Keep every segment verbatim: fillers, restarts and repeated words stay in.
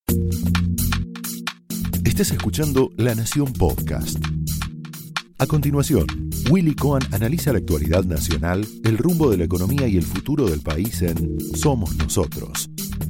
Estás escuchando La Nación Podcast. A continuación, Willy Cohen analiza la actualidad nacional, el rumbo de la economía y el futuro del país en Somos Nosotros.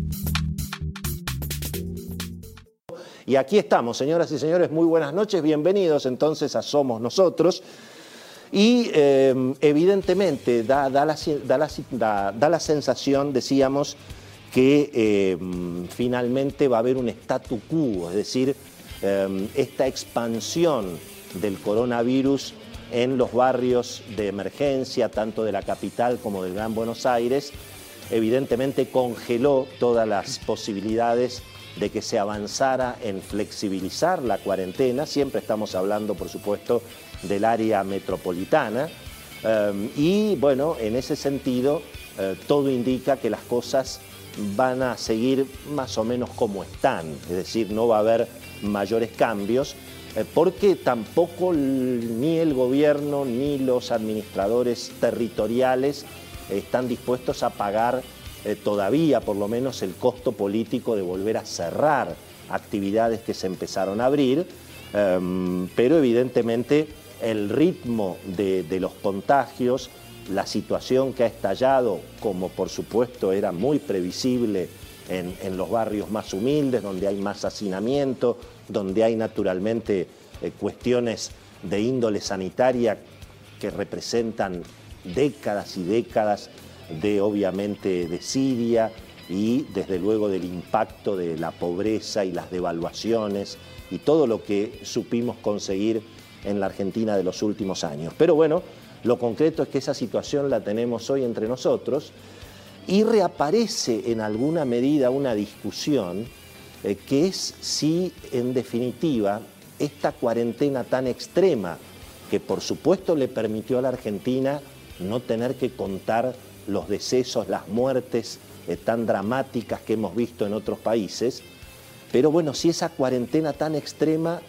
Y aquí estamos, señoras y señores, muy buenas noches, bienvenidos entonces a Somos Nosotros. Y eh, evidentemente da, da, la, da, la, da, da la sensación, decíamos, que eh, finalmente va a haber un statu quo, es decir, eh, esta expansión del coronavirus en los barrios de emergencia, tanto de la capital como del Gran Buenos Aires, evidentemente congeló todas las posibilidades de que se avanzara en flexibilizar la cuarentena. Siempre estamos hablando, por supuesto, del área metropolitana. Eh, y bueno, en ese sentido, eh, todo indica que las cosas van a seguir más o menos como están, es decir, no va a haber mayores cambios, eh, porque tampoco ni el gobierno ni los administradores territoriales están dispuestos a pagar eh, todavía, por lo menos, el costo político de volver a cerrar actividades que se empezaron a abrir, eh, pero evidentemente el ritmo de, de los contagios, la situación que ha estallado, como por supuesto era muy previsible en, en los barrios más humildes, donde hay más hacinamiento, donde hay naturalmente eh, cuestiones de índole sanitaria que representan décadas y décadas de, obviamente, desidia y desde luego del impacto de la pobreza y las devaluaciones y todo lo que supimos conseguir en la Argentina de los últimos años. Pero bueno, lo concreto es que esa situación la tenemos hoy entre nosotros y reaparece en alguna medida una discusión eh, que es si, en definitiva, esta cuarentena tan extrema, que por supuesto le permitió a la Argentina no tener que contar los decesos, las muertes eh, tan dramáticas que hemos visto en otros países, pero bueno, si esa cuarentena tan extrema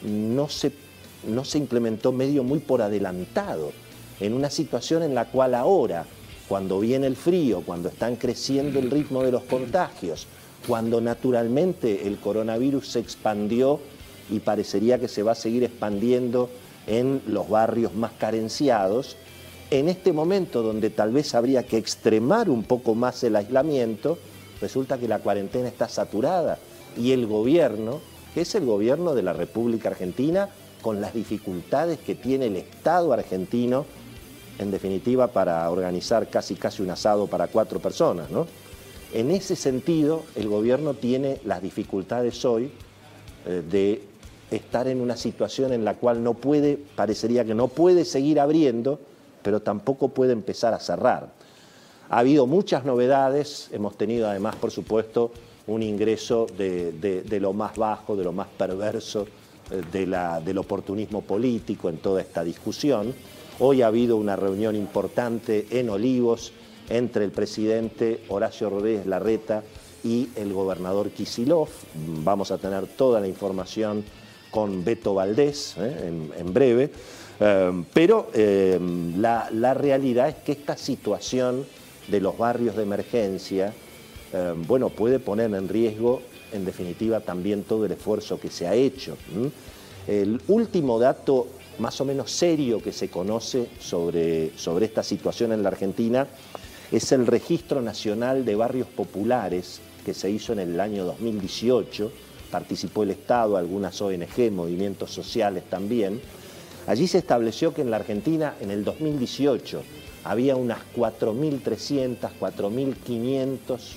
no se, no se implementó medio muy por adelantado, en una situación en la cual ahora, cuando viene el frío, cuando están creciendo el ritmo de los contagios, cuando naturalmente el coronavirus se expandió y parecería que se va a seguir expandiendo en los barrios más carenciados, en este momento donde tal vez habría que extremar un poco más el aislamiento, resulta que la cuarentena está saturada y el gobierno, que es el gobierno de la República Argentina, con las dificultades que tiene el Estado argentino, en definitiva, para organizar casi casi un asado para cuatro personas, ¿no? En ese sentido, el gobierno tiene las dificultades hoy eh, de estar en una situación en la cual no puede, parecería que no puede seguir abriendo, pero tampoco puede empezar a cerrar. Ha habido muchas novedades, hemos tenido además, por supuesto, un ingreso de, de, de lo más bajo, de lo más perverso, eh, de la, del oportunismo político en toda esta discusión. Hoy ha habido una reunión importante en Olivos entre el presidente Horacio Rodríguez Larreta y el gobernador Kicillof. Vamos a tener toda la información con Beto Valdés eh, en, en breve. Eh, pero eh, la, la realidad es que esta situación de los barrios de emergencia, eh, bueno, puede poner en riesgo, en definitiva, también todo el esfuerzo que se ha hecho. ¿Mm? El último dato más o menos serio que se conoce sobre, sobre esta situación en la Argentina es el Registro Nacional de Barrios Populares que se hizo en el año dos mil dieciocho, participó el Estado, algunas O N G, movimientos sociales también. Allí se estableció que en la Argentina en el dos mil dieciocho había unas cuatro mil trescientas, cuatro mil quinientas,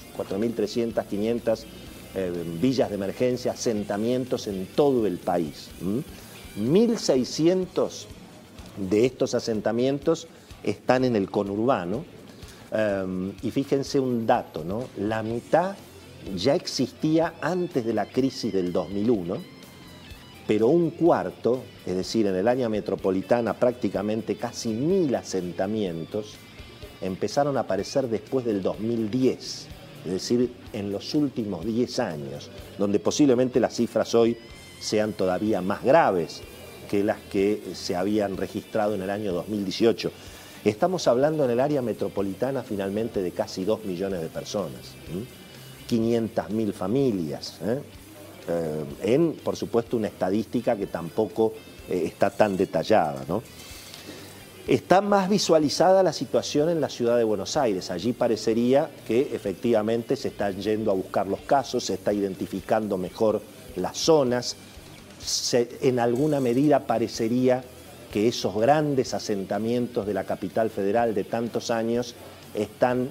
quinientas eh, villas de emergencia, asentamientos en todo el país. ¿Mm? mil seiscientos de estos asentamientos están en el conurbano um, y fíjense un dato, ¿no? La mitad ya existía antes de la crisis del dos mil uno, pero un cuarto, es decir, en el área metropolitana prácticamente casi mil asentamientos, empezaron a aparecer después del dos mil diez, es decir, en los últimos diez años, donde posiblemente las cifras hoy sean todavía más graves que las que se habían registrado en el año dos mil dieciocho. Estamos hablando en el área metropolitana finalmente de casi dos millones de personas. ¿Mm? quinientas mil familias, ¿eh? Eh, en, por supuesto, una estadística que tampoco eh, está tan detallada, ¿no? Está más visualizada la situación en la ciudad de Buenos Aires. Allí parecería que efectivamente se están yendo a buscar los casos, se está identificando mejor las zonas. Se, en alguna medida parecería que esos grandes asentamientos de la capital federal de tantos años están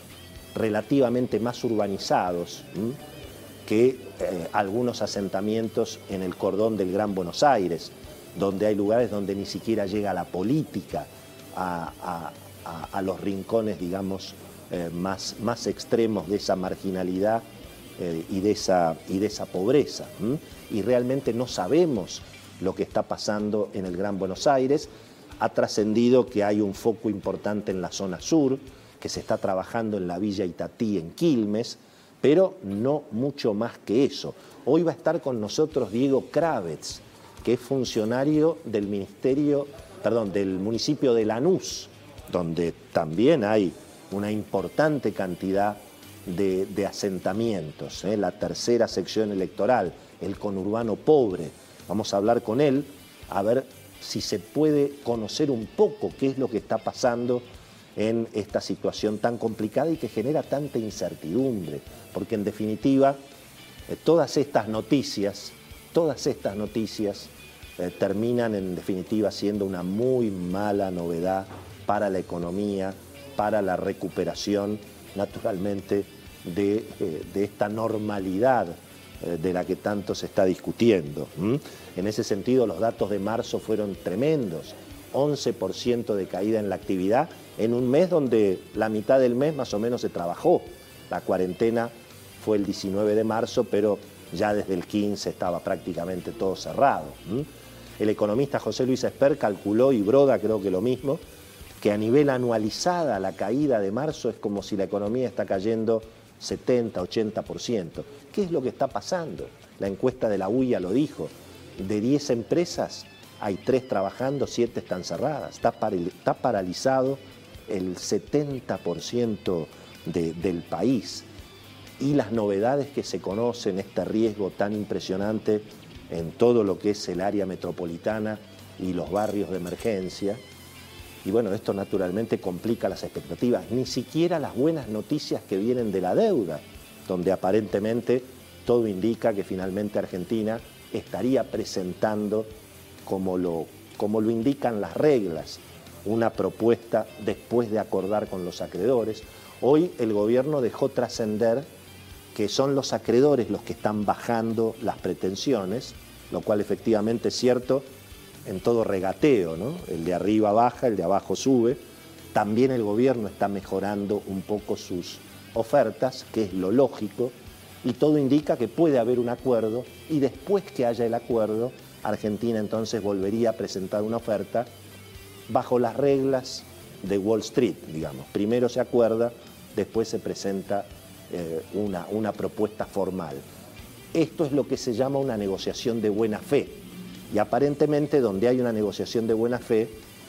relativamente más urbanizados ¿m? que eh, algunos asentamientos en el cordón del Gran Buenos Aires, donde hay lugares donde ni siquiera llega la política a, a, a, a los rincones, digamos, eh, más, más extremos de esa marginalidad eh, y, de esa, y de esa pobreza. ¿m? Y realmente no sabemos lo que está pasando en el Gran Buenos Aires. Ha trascendido que hay un foco importante en la zona sur, que se está trabajando en la Villa Itatí, en Quilmes, pero no mucho más que eso. Hoy va a estar con nosotros Diego Kravetz, que es funcionario del ministerio, perdón, del municipio de Lanús, donde también hay una importante cantidad de, de asentamientos, ¿eh? La tercera sección electoral, el conurbano pobre. Vamos a hablar con él, a ver si se puede conocer un poco qué es lo que está pasando en esta situación tan complicada y que genera tanta incertidumbre, porque en definitiva, eh, todas estas noticias, todas estas noticias eh, terminan en definitiva siendo una muy mala novedad para la economía, para la recuperación, naturalmente, de, eh, de esta normalidad eh, de la que tanto se está discutiendo. ¿Mm? En ese sentido, los datos de marzo fueron tremendos, once por ciento de caída en la actividad, en un mes donde la mitad del mes más o menos se trabajó. La cuarentena fue el diecinueve de marzo, pero ya desde el quince estaba prácticamente todo cerrado. ¿Mm? El economista José Luis Esper calculó, y Broda creo que lo mismo, que a nivel anualizada la caída de marzo es como si la economía está cayendo setenta, ochenta por ciento. ¿Qué es lo que está pasando? La encuesta de la U I A lo dijo. De diez empresas hay tres trabajando, siete están cerradas. Está, par está paralizado el setenta por ciento de, del país. Y las novedades que se conocen, este riesgo tan impresionante en todo lo que es el área metropolitana y los barrios de emergencia. Y bueno, esto naturalmente complica las expectativas. Ni siquiera las buenas noticias que vienen de la deuda, donde aparentemente todo indica que finalmente Argentina estaría presentando, como lo, como lo indican las reglas, una propuesta después de acordar con los acreedores. Hoy el gobierno dejó trascender que son los acreedores los que están bajando las pretensiones, lo cual efectivamente es cierto en todo regateo, ¿no? El de arriba baja, el de abajo sube. También el gobierno está mejorando un poco sus ofertas, que es lo lógico, y todo indica que puede haber un acuerdo, y después que haya el acuerdo, Argentina entonces volvería a presentar una oferta bajo las reglas de Wall Street, digamos. Primero se acuerda, después se presenta eh, una, una propuesta formal. Esto es lo que se llama una negociación de buena fe. Y aparentemente, donde hay una negociación de buena fe,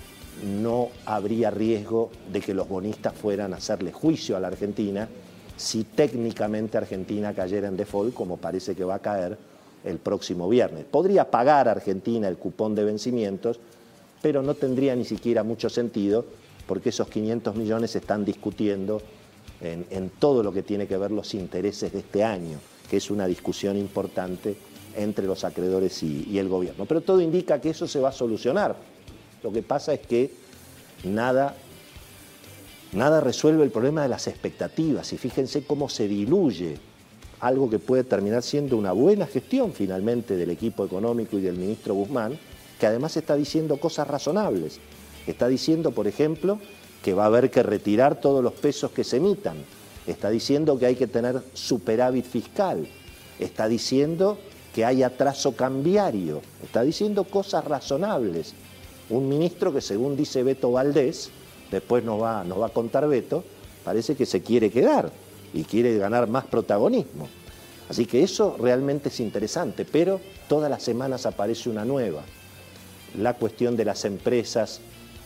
no habría riesgo de que los bonistas fueran a hacerle juicio a la Argentina si técnicamente Argentina cayera en default, como parece que va a caer el próximo viernes. Podría pagar a Argentina el cupón de vencimientos, pero no tendría ni siquiera mucho sentido, porque esos quinientos millones se están discutiendo en, en todo lo que tiene que ver los intereses de este año, que es una discusión importante entre los acreedores y, y el gobierno. Pero todo indica que eso se va a solucionar. Lo que pasa es que nada, nada resuelve el problema de las expectativas, y fíjense cómo se diluye algo que puede terminar siendo una buena gestión finalmente del equipo económico y del ministro Guzmán, que además está diciendo cosas razonables. Está diciendo, por ejemplo, que va a haber que retirar todos los pesos que se emitan. Está diciendo que hay que tener superávit fiscal. Está diciendo que hay atraso cambiario. Está diciendo cosas razonables. Un ministro que, según dice Beto Valdés, después nos va, nos va a contar Beto, parece que se quiere quedar y quiere ganar más protagonismo. Así que eso realmente es interesante, pero todas las semanas aparece una nueva. La cuestión de las empresas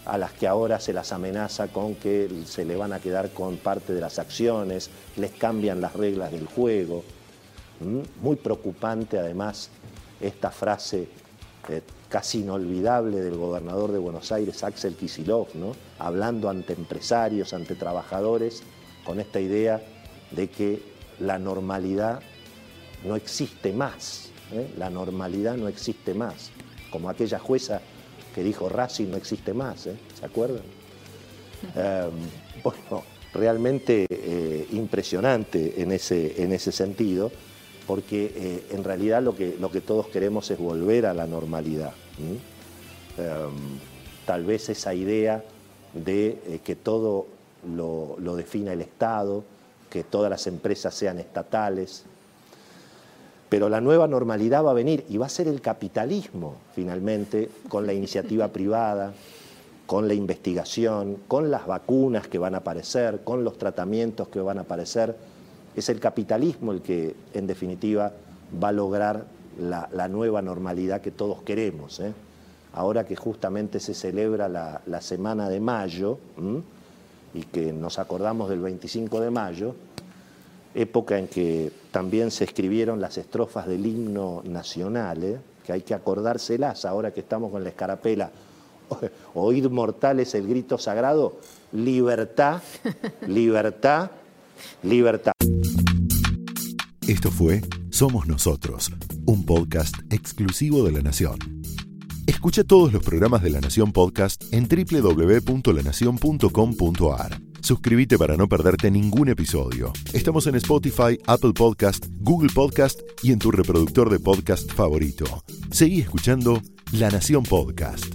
a las que ahora se las amenaza con que se le van a quedar con parte de las acciones, les cambian las reglas del juego. ¿Mm? Muy preocupante además esta frase eh, casi inolvidable del gobernador de Buenos Aires, Axel Kicillof, ¿no? Hablando ante empresarios, ante trabajadores, con esta idea de que la normalidad no existe más, ¿eh? La normalidad no existe más, como aquella jueza que dijo Racing no existe más, ¿eh? ¿Se acuerdan? Eh, bueno, realmente eh, impresionante en ese, en ese sentido, porque eh, en realidad lo que, lo que todos queremos es volver a la normalidad. ¿Mm? Eh, tal vez esa idea de eh, que todo lo, lo defina el Estado, que todas las empresas sean estatales, pero la nueva normalidad va a venir y va a ser el capitalismo, finalmente, con la iniciativa privada, con la investigación, con las vacunas que van a aparecer, con los tratamientos que van a aparecer. Es el capitalismo el que, en definitiva, va a lograr la, la nueva normalidad que todos queremos, ¿eh? Ahora que justamente se celebra la, la Semana de Mayo, ¿m? y que nos acordamos del veinticinco de mayo, época en que también se escribieron las estrofas del himno nacional, ¿eh? Que hay que acordárselas ahora que estamos con la escarapela. Oíd mortales el grito sagrado, libertad, libertad, libertad. Esto fue Somos Nosotros, un podcast exclusivo de La Nación. Escucha todos los programas de La Nación Podcast en doble u doble u doble u punto la nación punto com punto a r. Suscríbete para no perderte ningún episodio. Estamos en Spotify, Apple Podcast, Google Podcast y en tu reproductor de podcast favorito. Seguí escuchando La Nación Podcast.